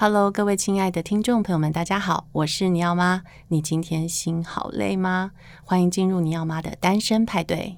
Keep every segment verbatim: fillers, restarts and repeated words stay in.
Hello， 各位亲爱的听众朋友们，大家好，我是尼奥妈。你今天心好累吗？欢迎进入尼奥妈的单身派对。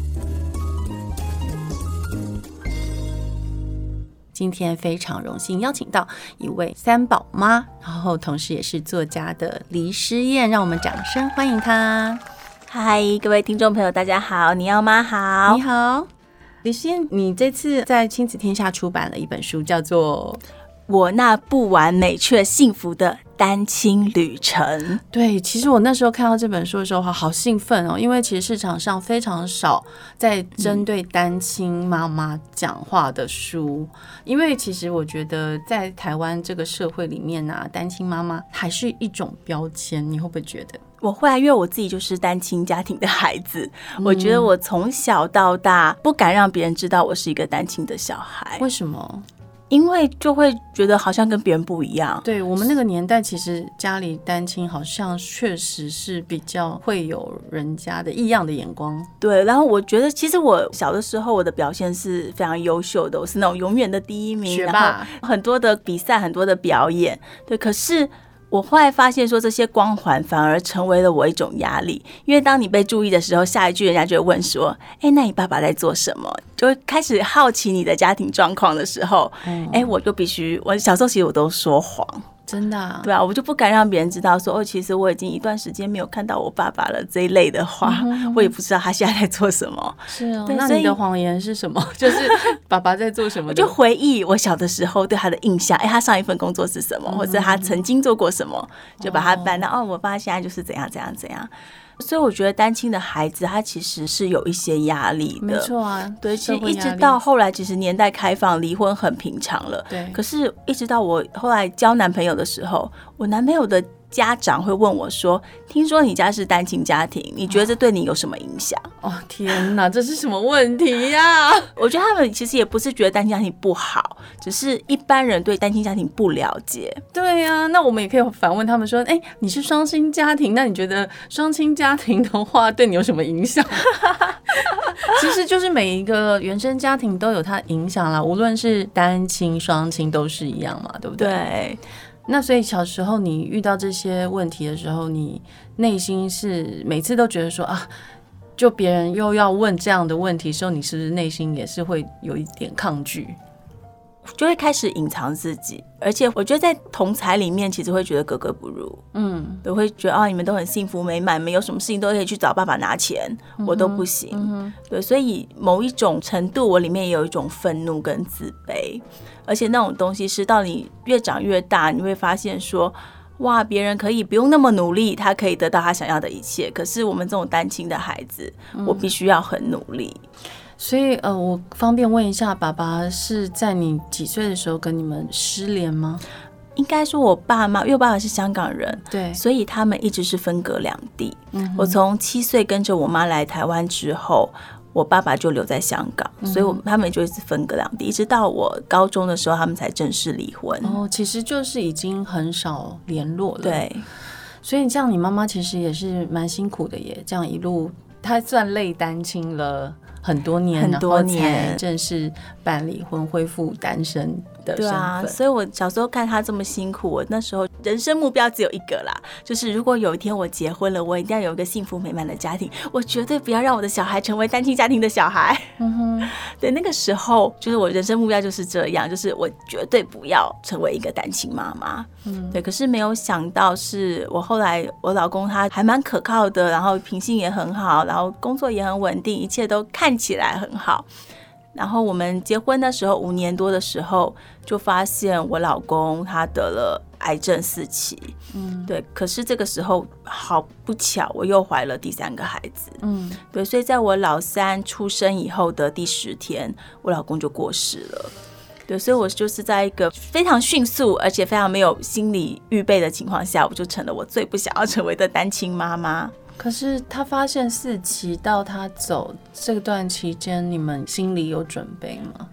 今天非常荣幸邀请到一位三宝妈，然后同时也是作家的黎诗燕，让我们掌声欢迎她。 嗨，各位听众朋友，大家好，尼奥妈好。 你好，黎诗燕，你这次在亲子天下出版了一本书，叫做我那不完美却幸福的单亲旅程。 对，其实我那时候看到这本书的时候好兴奋哦，因为其实市场上非常少在针对单亲妈妈讲话的书，嗯、因为其实我觉得在台湾这个社会里面啊，单亲妈妈还是一种标签，你会不会觉得？ 我会啊，因为我自己就是单亲家庭的孩子，嗯、我觉得我从小到大不敢让别人知道我是一个单亲的小孩。 为什么？ 因为就会觉得好像跟别人不一样。 对，我们那个年代其实家里单亲好像确实是比较会有人家的异样的眼光。 对，然后我觉得其实我小的时候我的表现是非常优秀的，我是那种永远的第一名， 学霸， 很多的比赛，很多的表演。对，可是我后来发现说这些光环反而成为了我一种压力，因为当你被注意的时候，下一句人家就会问说，哎，那你爸爸在做什么？就会开始好奇你的家庭状况的时候，哎、嗯，我就必须，我小时候其实我都说谎。 真的、啊？ 对啊，我就不敢让别人知道说，哦，其实我已经一段时间没有看到我爸爸了这一类的话，嗯嗯，我也不知道他现在在做什么。 是哦，那你的谎言是什么？就是爸爸在做什么？ 我就回忆我小的时候对他的印象，哎，他上一份工作是什么，嗯、或者他曾经做过什么，就把他搬到哦，我爸现在就是怎样怎样怎样。所以我觉得单亲的孩子他其实是有一些压力的， 没错啊， 对，其实一直到后来，其实年代开放，离婚很平常了。 对， 可是一直到我后来交男朋友的时候，我男朋友的家长会问我说：“听说你家是单亲家庭，你觉得这对你有什么影响？” 哦，天哪，这是什么问题呀、啊？ 我觉得他们其实也不是觉得单亲家庭不好，只是一般人对单亲家庭不了解。 对呀、啊，那我们也可以反问他们说：“哎，你是双亲家庭，那你觉得双亲家庭的话对你有什么影响？”其实就是每一个原生家庭都有它影响啦，无论是单亲、双亲都是一样嘛，对不对？ 对。 那所以小时候你遇到这些问题的时候，你内心是每次都觉得说啊，就别人又要问这样的问题的时候，你是不是内心也是会有一点抗拒？ 就会开始隐藏自己，而且我觉得在同侪里面其实会觉得格格不入。嗯，我会觉得哦，你们都很幸福美满，你们有什么事情都可以去找爸爸拿钱，嗯、我都不行。嗯、对，所以某一种程度，我里面也有一种愤怒跟自卑，而且那种东西是到你越长越大，你会发现说，哇，别人可以不用那么努力，他可以得到他想要的一切，可是我们这种单亲的孩子，嗯、我必须要很努力。 所以呃，我方便问一下，爸爸是在你几岁的时候跟你们失联吗？ 应该说我爸妈，因为我爸爸是香港人， 对， 所以他们一直是分隔两地。嗯、我从七岁跟着我妈来台湾之后，我爸爸就留在香港，嗯、所以我他们就一直分隔两地，一直到我高中的时候，他们才正式离婚。 哦，其实就是已经很少联络了。 对， 所以这样你妈妈其实也是蛮辛苦的耶，这样一路她算类单亲了很多年， 很多年， 然后才正式办离婚，恢复单身的身份。 对啊，所以我小时候看他这么辛苦，我那时候人生目标只有一个啦，就是如果有一天我结婚了，我一定要有一个幸福美满的家庭，我绝对不要让我的小孩成为单亲家庭的小孩。嗯哼，对，那个时候就是我人生目标就是这样，就是我绝对不要成为一个单亲妈妈。嗯，对，可是没有想到是我后来我老公他还蛮可靠的，然后品性也很好，然后工作也很稳定，一切都看起来很好。然后我们结婚的时候五年多的时候，就发现我老公他得了癌症四期。嗯，对。可是这个时候好不巧，我又怀了第三个孩子。嗯，对。所以在我老三出生以后的第十天，我老公就过世了。对，所以我就是在一个非常迅速而且非常没有心理预备的情况下，我就成了我最不想要成为的单亲妈妈。 可是他发现四期到他走这段期间，你们心里有准备吗？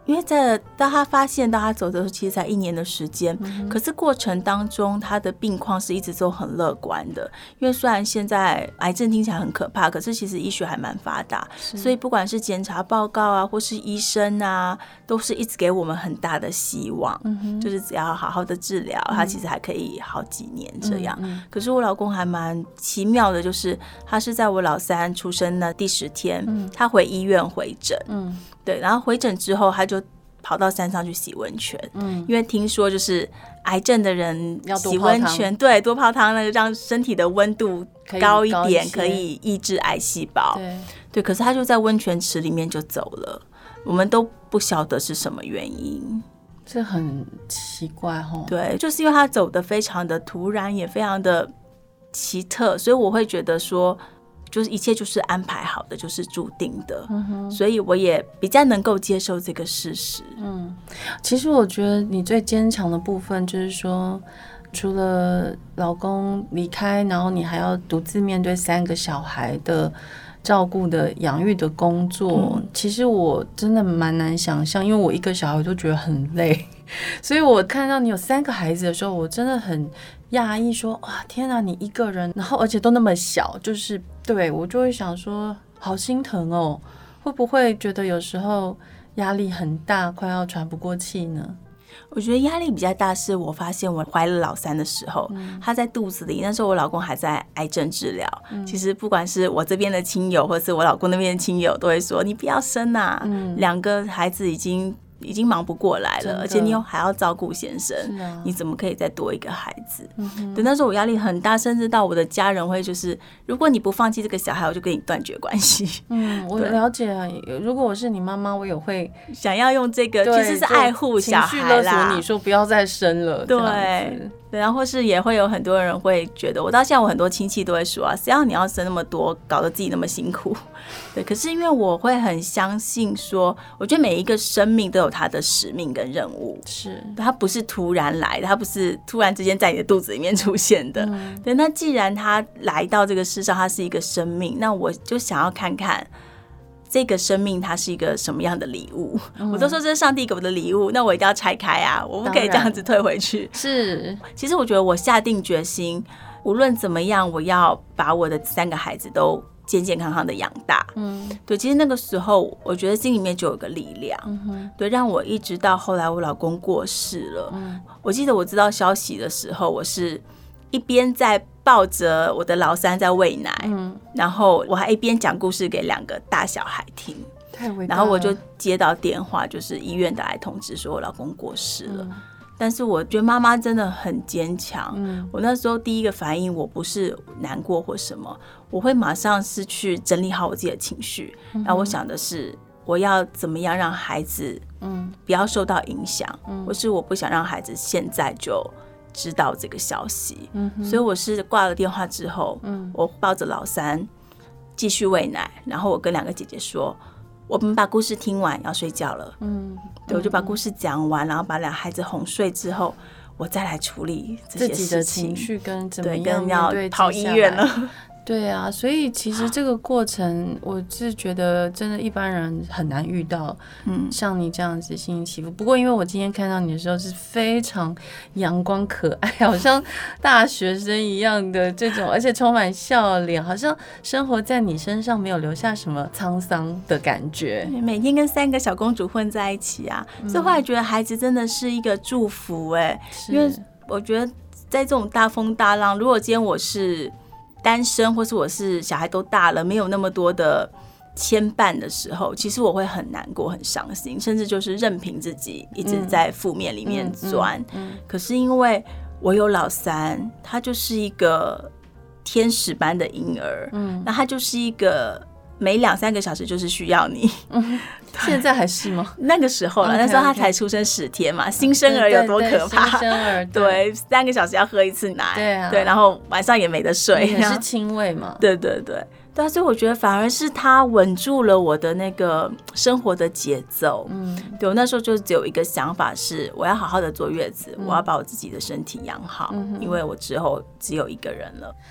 因为在当他发现到他走的时候，其实才一年的时间、嗯，可是过程当中他的病况是一直都很乐观的。因为虽然现在癌症听起来很可怕，可是其实医学还蛮发达，所以不管是检查报告啊，或是医生啊，都是一直给我们很大的希望，嗯、就是只要好好的治疗、嗯，他其实还可以好几年这样。嗯嗯、可是我老公还蛮奇妙的，就是他是在我老三出生的第十天，嗯、他回医院回诊。嗯对，然后回诊之后，他就跑到山上去洗温泉，嗯，因为听说就是癌症的人洗温泉，对，多泡汤，那个让身体的温度高一点，可以抑制癌细胞，对，对。可是他就在温泉池里面就走了，我们都不晓得是什么原因， 这很奇怪哦。 对，就是因为他走得非常的突然，也非常的奇特，所以我会觉得说。就是一切就是安排好的，就是注定的、嗯、所以我也比较能够接受这个事实。 嗯，其实我觉得你最坚强的部分就是说，除了老公离开，然后你还要独自面对三个小孩的照顾的养育的工作、嗯、其实我真的蛮难想象，因为我一个小孩都觉得很累，所以我看到你有三个孩子的时候，我真的很讶异说，哇天啊，你一个人，然后而且都那么小，就是对我就会想说好心疼哦，会不会觉得有时候压力很大，快要喘不过气呢？ 我觉得压力比较大是我发现我怀了老三的时候、嗯、他在肚子里，那时候我老公还在癌症治疗、嗯、其实不管是我这边的亲友或是我老公那边的亲友都会说你不要生啊、嗯、两个孩子已经已经忙不过来了，而且你又还要照顾先生、啊、你怎么可以再多一个孩子、嗯、对，那时候我压力很大，甚至到我的家人会就是如果你不放弃这个小孩，我就跟你断绝关系。 嗯，我了解啊，如果我是你妈妈，我也会想要用这个其实是爱护小孩啦，情绪勒索你说不要再生了， 对对，然后是也会有很多人会觉得，我到现在我很多亲戚都会说啊，谁要你要生那么多，搞得自己那么辛苦。对，可是因为我会很相信说，我觉得每一个生命都有它的使命跟任务， 是它不是突然来的，它不是突然之间在你的肚子里面出现的、嗯、对，那既然它来到这个世上，它是一个生命，那我就想要看看这个生命它是一个什么样的礼物、嗯、我都说这是上帝给我的礼物，那我一定要拆开啊，我不可以这样子退回去。 是， 其实我觉得我下定决心，无论怎么样，我要把我的三个孩子都健健康康的养大。嗯，对，其实那个时候我觉得心里面就有个力量、嗯、对，让我一直到后来我老公过世了、嗯、我记得我知道消息的时候，我是一边在抱着我的老三在喂奶、嗯、然后我还一边讲故事给两个大小孩听， 太伟大了。 然后我就接到电话，就是医院打来通知说我老公过世了、嗯，但是我觉得妈妈真的很坚强、嗯、我那时候第一个反应，我不是难过或什么，我会马上是去整理好我自己的情绪、嗯、然后我想的是我要怎么样让孩子不要受到影响、嗯、或是我不想让孩子现在就知道这个消息、嗯、所以我是挂了电话之后、嗯、我抱着老三继续喂奶，然后我跟两个姐姐说我们把故事听完要睡觉了，嗯，对，我就把故事讲完，然后把两孩子哄睡之后，我再来处理这些事情， 自己的情绪跟怎么样对，跟要跑医院了。 对啊，所以其实这个过程，我是觉得真的一般人很难遇到，嗯，像你这样子心情起伏。不过因为我今天看到你的时候是非常阳光可爱，好像大学生一样的这种，而且充满笑脸，好像生活在你身上没有留下什么沧桑的感觉。 每天跟三个小公主混在一起啊，嗯、所以后来觉得孩子真的是一个祝福哎、欸，因为我觉得在这种大风大浪，如果今天我是单身，或是我是小孩都大了，没有那么多的牵绊的时候，其实我会很难过很伤心，甚至就是任凭自己一直在负面里面钻、嗯嗯嗯、可是因为我有老三，他就是一个天使般的婴儿、嗯、那他就是一个每两三个小时就是需要你、 嗯、现在还是吗？ 那个时候了， okay, 那时候他才出生十天嘛， okay. 新生儿有多可怕？ 新生儿 对, 对，三个小时要喝一次奶， 对啊， 对，然后晚上也没得睡， 也是亲喂嘛， 对对对。但是我觉得反而是他稳住了我的那个生活的节奏。嗯，对，我那时候就只有一个想法是，我要好好的坐月子、嗯，我要把我自己的身体养好、嗯，因为我之后只有一个人了。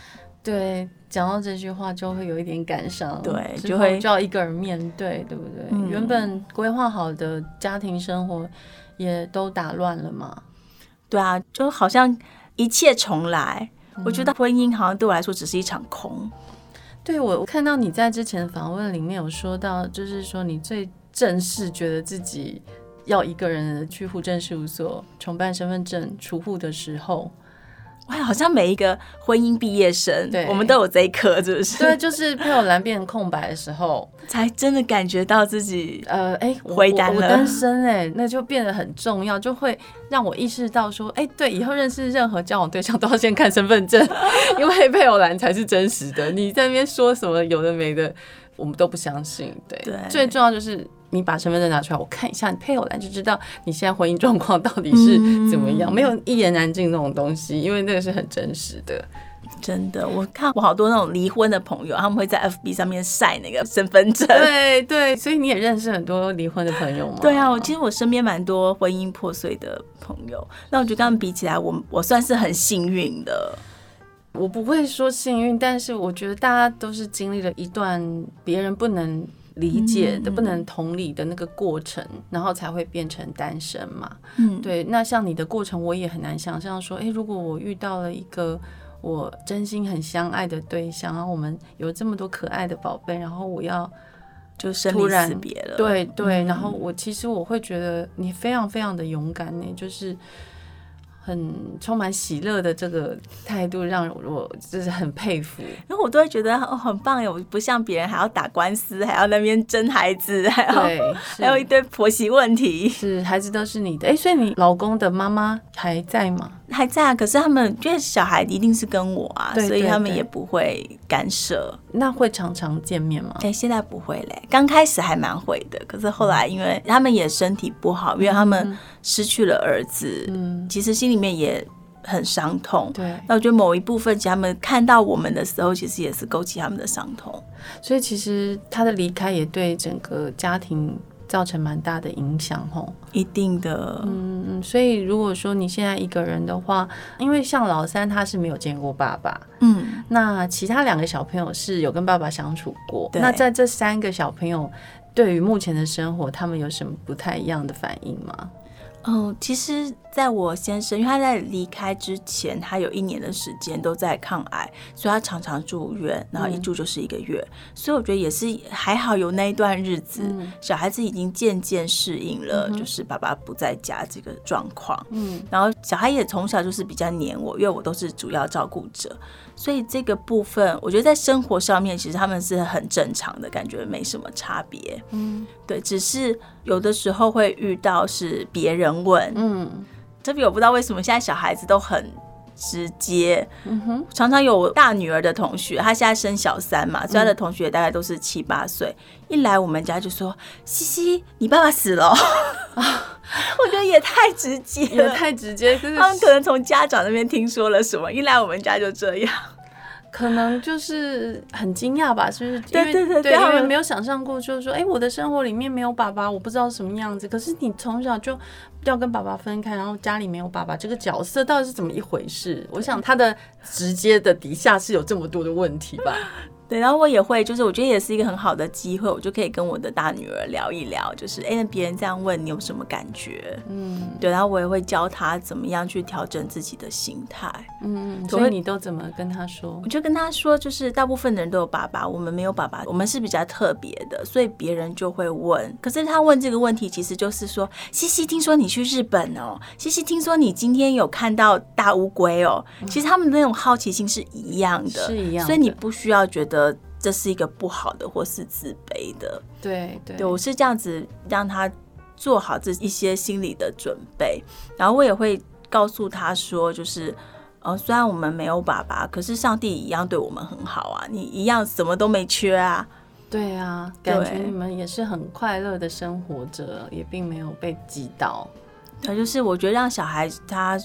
对，讲到这句话就会有一点感伤， 对，就会就要一个人面对，对不对？嗯、原本规划好的家庭生活也都打乱了嘛。 对啊，就好像一切重来。嗯、我觉得婚姻好像对我来说只是一场空。 对，我看到你在之前的访问里面有说到，就是说你最正式觉得自己要一个人去户政事务所重办身份证除户的时候， 哇，好像每一个婚姻毕业生，我们都有这一刻，是不是？ 对，就是配偶栏变成空白的时候， 才真的感觉到自己呃，哎、欸， 回单了， 我, 我单身哎、欸，那就变得很重要，就会让我意识到说，哎、欸，对，以后认识任何交往对象都要先看身份证，因为配偶栏才是真实的。你在那边说什么有的没的，我们都不相信。对，对，最重要就是你把身份证拿出来，我看一下你配偶栏，就知道你现在婚姻状况到底是怎么样。嗯、没有一言难尽那种东西，因为那个是很真实的。 真的，我看我好多那种离婚的朋友，他们会在 F B 上面晒那个身份证。 对对，所以你也认识很多离婚的朋友吗？ 对啊，我其实我身边蛮多婚姻破碎的朋友，那我觉得跟他们比起来，我我算是很幸运的。 我不会说幸运，但是我觉得大家都是经历了一段别人不能理解的、嗯、不能同理的那个过程，然后才会变成单身嘛。嗯，对。那像你的过程，我也很难想象说，哎，如果我遇到了一个我真心很相爱的对象，然后我们有这么多可爱的宝贝，然后我要就生离死别了。 对对、嗯，然后我其实我会觉得你非常非常的勇敢呢，就是很充满喜乐的这个态度，让我就是很佩服。 因为我都会觉得哦，很棒耶！我不像别人还要打官司，还要那边争孩子，还要还有一堆婆媳问题。 是，孩子都是你的。哎，所以你老公的妈妈还在吗？ 还在啊，可是他们觉得小孩一定是跟我啊， 对对对， 所以他们也不会干涉。 那会常常见面吗？ 哎，现在不会嘞，刚开始还蛮会的，可是后来因为他们也身体不好，因为他们失去了儿子，嗯，其实心里面也很伤痛。 对， 那我觉得某一部分，其实他们看到我们的时候，其实也是勾起他们的伤痛。 所以其实他的离开也对整个家庭造成蛮大的影响吼。 一定的。 嗯，所以如果说你现在一个人的话，因为像老三他是没有见过爸爸， 嗯， 那其他两个小朋友是有跟爸爸相处过。那在这三个小朋友对于目前的生活，他们有什么不太一样的反应吗？ 哦，其实在我先生，因为他在离开之前，他有一年的时间都在抗癌，所以他常常住院，然后一住就是一个月，嗯、所以我觉得也是还好有那一段日子，嗯、小孩子已经渐渐适应了，嗯、就是爸爸不在家这个状况，嗯，然后小孩也从小就是比较黏我，因为我都是主要照顾者，所以这个部分我觉得在生活上面其实他们是很正常的，感觉没什么差别，嗯，对，只是有的时候会遇到是别人问，嗯，这边我不知道为什么现在小孩子都很直接，嗯哼，常常有大女儿的同学，她现在升小三嘛，所以她的同学大概都是七八岁，一来我们家就说：“西西，你爸爸死了。”我觉得也太直接了， 也太直接，就是他们可能从家长那边听说了什么，一来我们家就这样。 可能就是很惊讶吧，是不是？ 对对对， 对，因为没有想象过，就是说，哎、欸，我的生活里面没有爸爸，我不知道什么样子。可是你从小就要跟爸爸分开，然后家里没有爸爸这个角色，到底是怎么一回事？我想他的直接的底下是有这么多的问题吧。 对，然后我也会，就是我觉得也是一个很好的机会，我就可以跟我的大女儿聊一聊，就是哎，那别人这样问你有什么感觉？嗯，对，然后我也会教她怎么样去调整自己的心态。 嗯，所以你都怎么跟她说？ 我就跟她说，就是大部分的人都有爸爸，我们没有爸爸，我们是比较特别的，所以别人就会问。可是他问这个问题，其实就是说，西西，听说你去日本哦，西西，听说你今天有看到大乌龟哦。其实他们的那种好奇心是一样的， 是一样的， 所以你不需要觉得这是一个不好的或是自卑的。 对 对, 对，我是这样子让他做好这一些心理的准备，然后我也会告诉他说，就是呃，虽然我们没有爸爸，可是上帝一样对我们很好啊，你一样什么都没缺啊。 对啊，感觉你们也是很快乐的生活着，也并没有被击倒。 对，就是我觉得让小孩他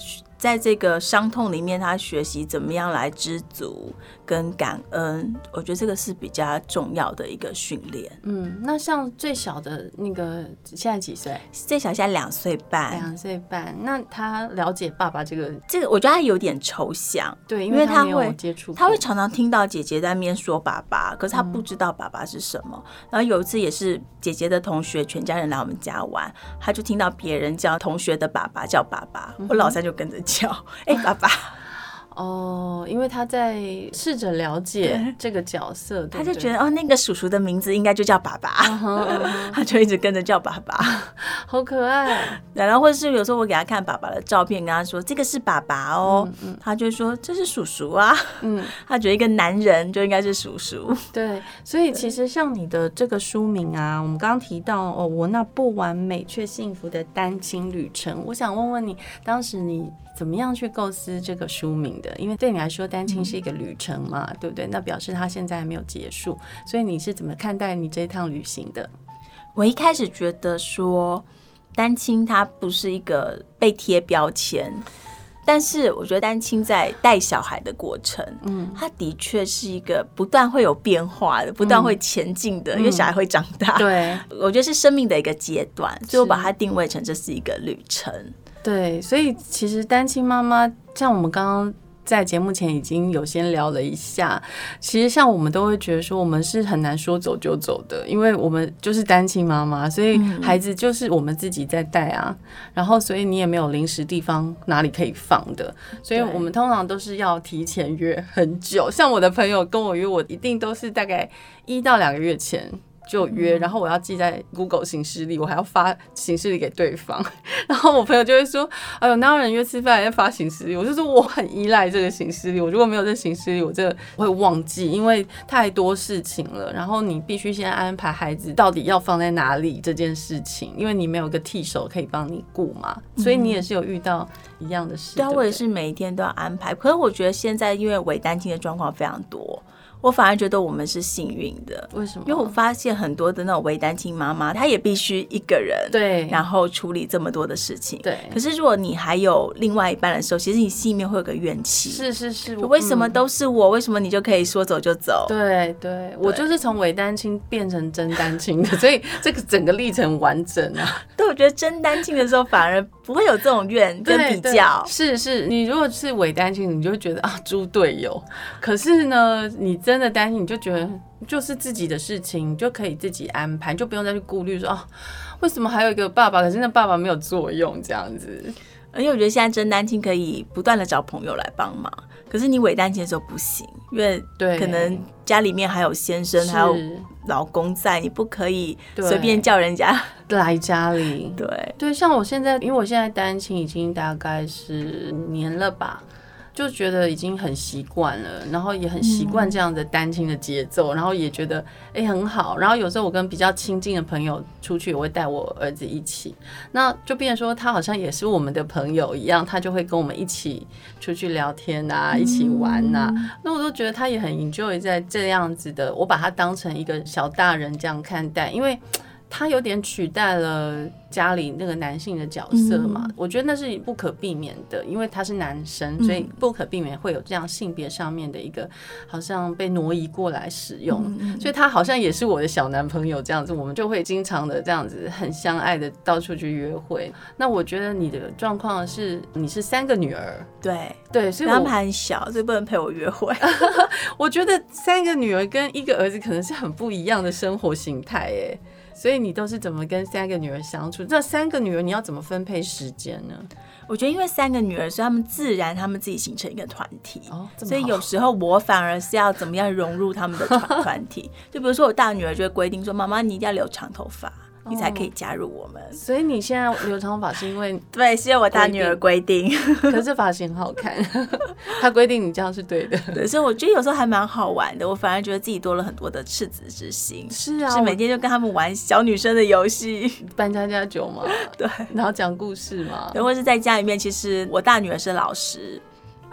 在这个伤痛里面，他学习怎么样来知足跟感恩，我觉得这个是比较重要的一个训练。 嗯，那像最小的那个现在几岁？ 最小现在两岁半。 两岁半，那他了解爸爸这个这个，我觉得他有点抽象。 对， 因为他没有会接触过， 他会常常听到姐姐在那边说爸爸，可是他不知道爸爸是什么。嗯、然后有一次也是姐姐的同学全家人来我们家玩，他就听到别人叫同学的爸爸叫爸爸，嗯、我老三就跟着叫，哎、欸，爸爸。 哦，因为他在试着了解这个角色，对对， 他就觉得哦，那个叔叔的名字应该就叫爸爸， uh-huh, uh-huh. 他就一直跟着叫爸爸， 好可爱。 然后或者是有时候我给他看爸爸的照片，跟他说这个是爸爸哦，嗯嗯、他就说这是叔叔啊，嗯，他觉得一个男人就应该是叔叔。 对，所以其实像你的这个书名啊，我们刚刚提到哦，我那不完美却幸福的单亲旅程，我想问问你，当时你怎么样去构思这个书名的？因为对你来说，单亲是一个旅程嘛，嗯、对不对？那表示它现在还没有结束，所以你是怎么看待你这一趟旅行的？ 我一开始觉得说，单亲它不是一个被贴标签，但是我觉得单亲在带小孩的过程，嗯，它的确是一个不断会有变化的，不断会前进的，嗯、因为小孩会长大， 对， 我觉得是生命的一个阶段，所以我把它定位成这是一个旅程。 对，所以其实单亲妈妈，像我们刚刚在节目前已经有先聊了一下，其实像我们都会觉得说，我们是很难说走就走的，因为我们就是单亲妈妈，所以孩子就是我们自己在带啊，然后所以你也没有临时地方哪里可以放的，所以我们通常都是要提前约很久。像我的朋友跟我约，我一定都是大概一到两个月前就约，然后我要记在 Google 行事历，我还要发行事历给对方，然后我朋友就会说，哎呦，哪有人约吃饭还要发行事历？我就说我很依赖这个行事历，我如果没有这个行事历，我真的会忘记，因为太多事情了，然后你必须先安排孩子到底要放在哪里这件事情，因为你没有个替手可以帮你顾嘛，所以你也是有遇到一样的事。 对啊，我也是每一天都要安排，可是我觉得现在因为伪单亲的状况非常多，我反而觉得我们是幸运的。 为什么？ 因为我发现很多的那种伪单亲妈妈，她也必须一个人， 对， 然后处理这么多的事情。 对。 可是如果你还有另外一半的时候，其实你心里面会有个怨气。 是是是。 为什么都是我？嗯、为什么你就可以说走就走？ 对对，我就是从伪单亲变成真单亲的，所以这个整个历程完整啊。 对，我觉得真单亲的时候反而不会有这种怨跟比较。 是是，你如果是伪单亲，你就会觉得啊，猪队友。可是呢，你真的单亲，你就觉得就是自己的事情，你就可以自己安排，就不用再去顾虑说啊，为什么还有一个爸爸，可是那爸爸没有作用这样子。 而且我觉得现在真单亲可以不断的找朋友来帮忙，可是你伪单亲的时候不行，因为可能家里面还有先生还有老公在，你不可以随便叫人家来家里。 对对，像我现在，因为我现在单亲已经大概是五年了吧，就觉得已经很习惯了，然后也很习惯这样的单亲的节奏，嗯、然后也觉得哎、欸、很好。然后有时候我跟比较亲近的朋友出去，我会带我儿子一起，那就变成说他好像也是我们的朋友一样，他就会跟我们一起出去聊天啊，一起玩啊。嗯、那我都觉得他也很 enjoy 在这样子的，我把他当成一个小大人这样看待，因为他有点取代了家里那个男性的角色嘛，嗯、我觉得那是不可避免的，因为他是男生，所以不可避免会有这样性别上面的一个好像被挪移过来使用，嗯、所以他好像也是我的小男朋友这样子，我们就会经常的这样子很相爱的到处去约会。那我觉得你的状况是你是三个女儿， 对对，所以他们很小，所以不能陪我约会。 我觉得三个女儿跟一个儿子可能是很不一样的生活形态耶。所以你都是怎么跟三个女儿相处？这三个女儿你要怎么分配时间呢？ 我觉得因为三个女儿，所以他们自然他们自己形成一个团体，哦、所以有时候我反而是要怎么样融入他们的团体。就比如说我大女儿就会规定说，妈妈你一定要留长头发，你才可以加入我们。哦、 所以你现在留长发是因为对，是因为我大女儿规定， 可是发型很好看，她规定你这样是对的。 对，所以我觉得有时候还蛮好玩的，我反而觉得自己多了很多的赤子之心。 是啊， 是每天就跟他们玩小女生的游戏， 扮家家酒嘛， 对， 然后讲故事嘛， 对，或是在家里面，其实我大女儿是老师。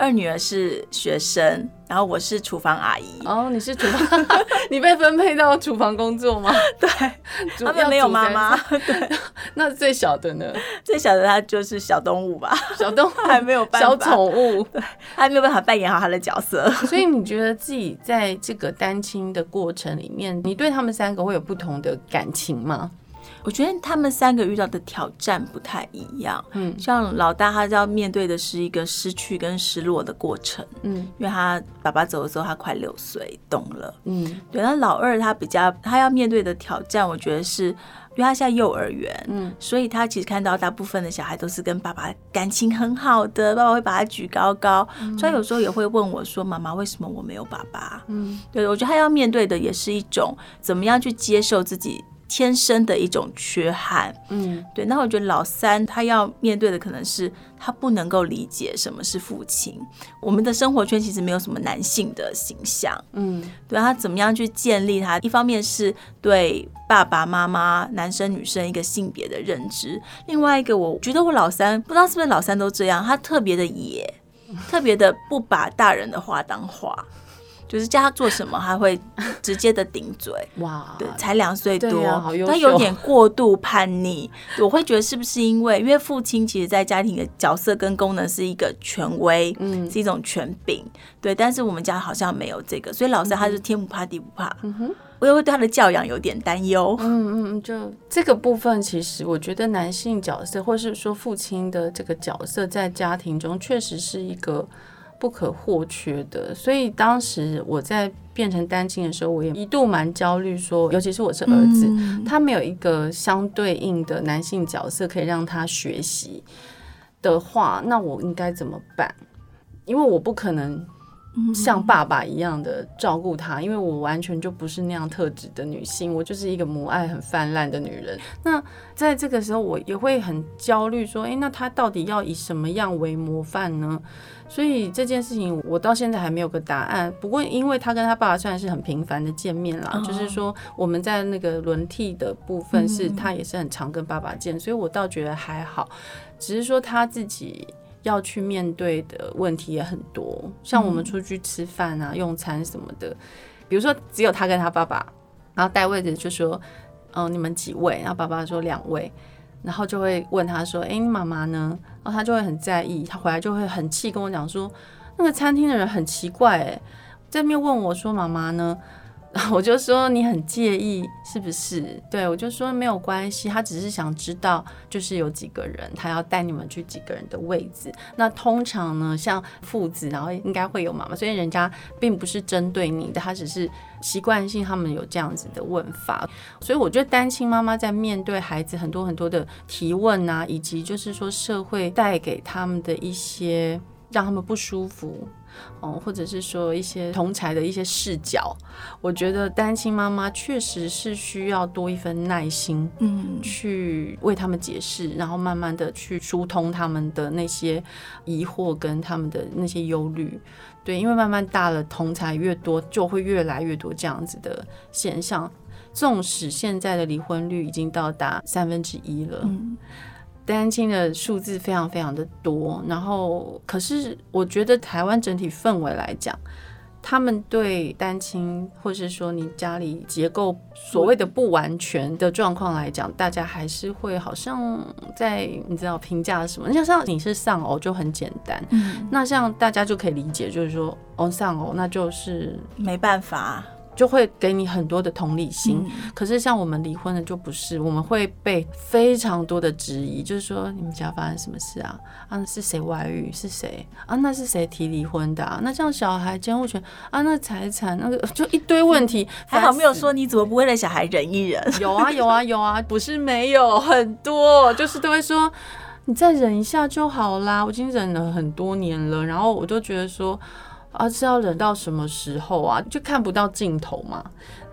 二女儿是学生，然后我是厨房阿姨。 哦，你是厨房，你被分配到厨房工作吗？ 对，他们没有妈妈。对， 那最小的呢？ 最小的他就是小动物吧， 小动物还没有办法， 小宠物， 对，还没有办法扮演好他的角色。 所以你觉得自己在这个单亲的过程里面，你对他们三个会有不同的感情吗？ 我觉得他们三个遇到的挑战不太一样，嗯，像老大他要面对的是一个失去跟失落的过程，嗯，因为他爸爸走的时候他快六岁，懂了，嗯，对。那老二他比较他要面对的挑战，我觉得是因为他现在幼儿园，嗯，所以他其实看到大部分的小孩都是跟爸爸感情很好的，爸爸会把他举高高，嗯，所以有时候也会问我说：“妈妈，为什么我没有爸爸？”嗯，对，我觉得他要面对的也是一种怎么样去接受自己天生的一种缺憾，嗯，对。那我觉得老三他要面对的可能是他不能够理解什么是父亲。我们的生活圈其实没有什么男性的形象，嗯，对。他怎么样去建立他？一方面是对爸爸妈妈、男生女生一个性别的认知，另外一个我觉得我老三不知道是不是老三都这样，他特别的野，特别的不把大人的话当话。就是叫他做什么，他会直接的顶嘴。哇，对，才两岁多， 啊，好优秀， 他有点过度叛逆。我会觉得是不是因为，因为父亲其实在家庭的角色跟功能是一个权威，嗯，是一种权柄，对。但是我们家好像没有这个，所以老三他是天不怕地不怕。嗯哼，我也会对他的教养有点担忧。 嗯嗯，就这个部分，其实我觉得男性角色，或是说父亲的这个角色，在家庭中确实是一个不可或缺的，所以当时我在变成单亲的时候，我也一度蛮焦虑说，尤其是我是儿子，嗯，他没有一个相对应的男性角色可以让他学习的话，那我应该怎么办？因为我不可能像爸爸一样的照顾他，因为我完全就不是那样特质的女性，我就是一个母爱很泛滥的女人。那在这个时候我也会很焦虑说，诶，那他到底要以什么样为模范呢？所以这件事情我到现在还没有个答案。不过因为他跟他爸爸虽然是很频繁的见面啦，哦，就是说我们在那个轮替的部分是他也是很常跟爸爸见，所以我倒觉得还好，只是说他自己要去面对的问题也很多，像我们出去吃饭啊，用餐什么的，比如说只有他跟他爸爸，然后带位置就说，嗯、呃，你们几位？然后爸爸说两位，然后就会问他说，哎，你妈妈呢？然后他就会很在意，他回来就会很气，跟我讲说，那个餐厅的人很奇怪，哎，在那边问我说妈妈呢？然后我就说你很介意是不是？对，我就说没有关系，他只是想知道就是有几个人，他要带你们去几个人的位置。那通常呢，像父子，然后应该会有妈妈，所以人家并不是针对你的，他只是习惯性他们有这样子的问法。所以我觉得单亲妈妈在面对孩子很多很多的提问啊，以及就是说社会带给他们的一些让他们不舒服，哦，或者是说一些同侪的一些视角，我觉得单亲妈妈确实是需要多一份耐心，嗯，去为他们解释，然后慢慢的去疏通他们的那些疑惑跟他们的那些忧虑。对，因为慢慢大了，同侪越多，就会越来越多这样子的现象。纵使现在的离婚率已经到达三分之一了，嗯，单亲的数字非常非常的多，然后可是我觉得台湾整体氛围来讲，他们对单亲或是说你家里结构所谓的不完全的状况来讲，大家还是会好像在你知道评价什么，像像你是丧偶就很简单，嗯，那像大家就可以理解，就是说哦丧偶那就是没办法， 就会给你很多的同理心，嗯，可是像我们离婚的就不是，我们会被非常多的质疑，就是说你们家发生什么事啊？啊，是谁外遇？是谁啊？那是谁提离婚的啊？那像小孩监护权啊，那财产那个就一堆问题， 还好没有说你怎么不为了小孩忍一忍？ 有啊有啊有啊，不是没有，很多就是都会说你再忍一下就好啦，我已经忍了很多年了，然后我都觉得说。啊，是要忍到什么时候啊？就看不到尽头嘛。那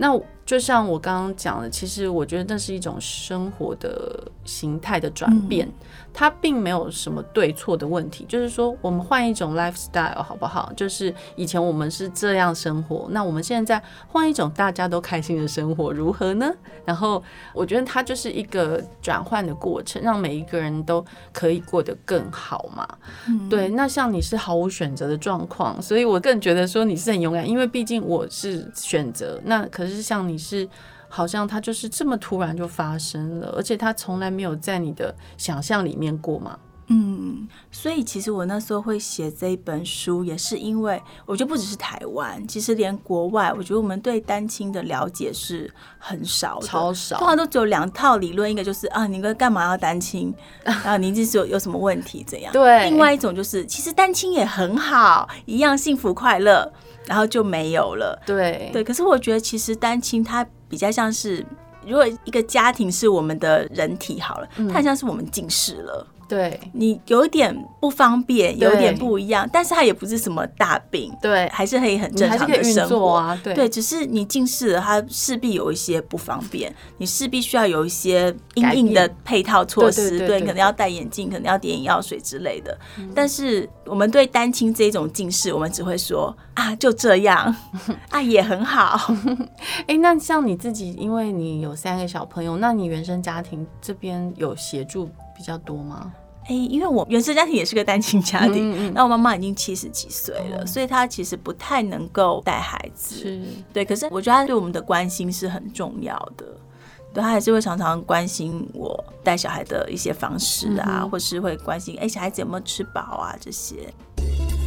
就像我刚刚讲的，其实我觉得那是一种生活的形态的转变、嗯、它并没有什么对错的问题，就是说我们换一种 lifestyle 好不好，就是以前我们是这样生活，那我们现在换一种大家都开心的生活如何呢？然后我觉得它就是一个转换的过程，让每一个人都可以过得更好嘛、嗯、对。那像你是毫无选择的状况，所以我更觉得说你是很勇敢，因为毕竟我是选择，那可是像你是好像它就是这么突然就发生了，而且它从来没有在你的想象里面过嘛。 嗯，所以其实我那时候会写这一本书，也是因为我觉得不只是台湾，其实连国外，我觉得我们对单亲的了解是很少的， 超少， 通常都只有两套理论，一个就是啊，你干嘛要单亲，然后你就是有有什么问题怎样？ 对， 另外一种就是其实单亲也很好，一样幸福快乐，然后就没有了。 对对，可是我觉得其实单亲它比较像是，如果一个家庭是我们的人体好了，它像是我们近视了。 对， 你有点不方便，有点不一样，但是它也不是什么大病， 对， 还是可以很正常的生活啊，对， 对，只是你近视了，它势必有一些不方便，你势必需要有一些因应的配套措施， 对, 对, 对, 对，你可能要戴眼镜，可能要点眼药水之类的、嗯、但是我们对单亲这种近视，我们只会说啊，就这样啊，也很好。 哎、欸，那像你自己，因为你有三个小朋友，那你原生家庭这边有协助比较多吗？ 哎、欸，因为我原生家庭也是个单亲家庭，嗯嗯，那我妈妈已经七十几岁了、嗯，所以她其实不太能够带孩子， 是， 对。可是我觉得她对我们的关心是很重要的，对，她还是会常常关心我带小孩的一些方式啊，嗯、或是会关心哎、欸、小孩子有没有吃饱啊这些。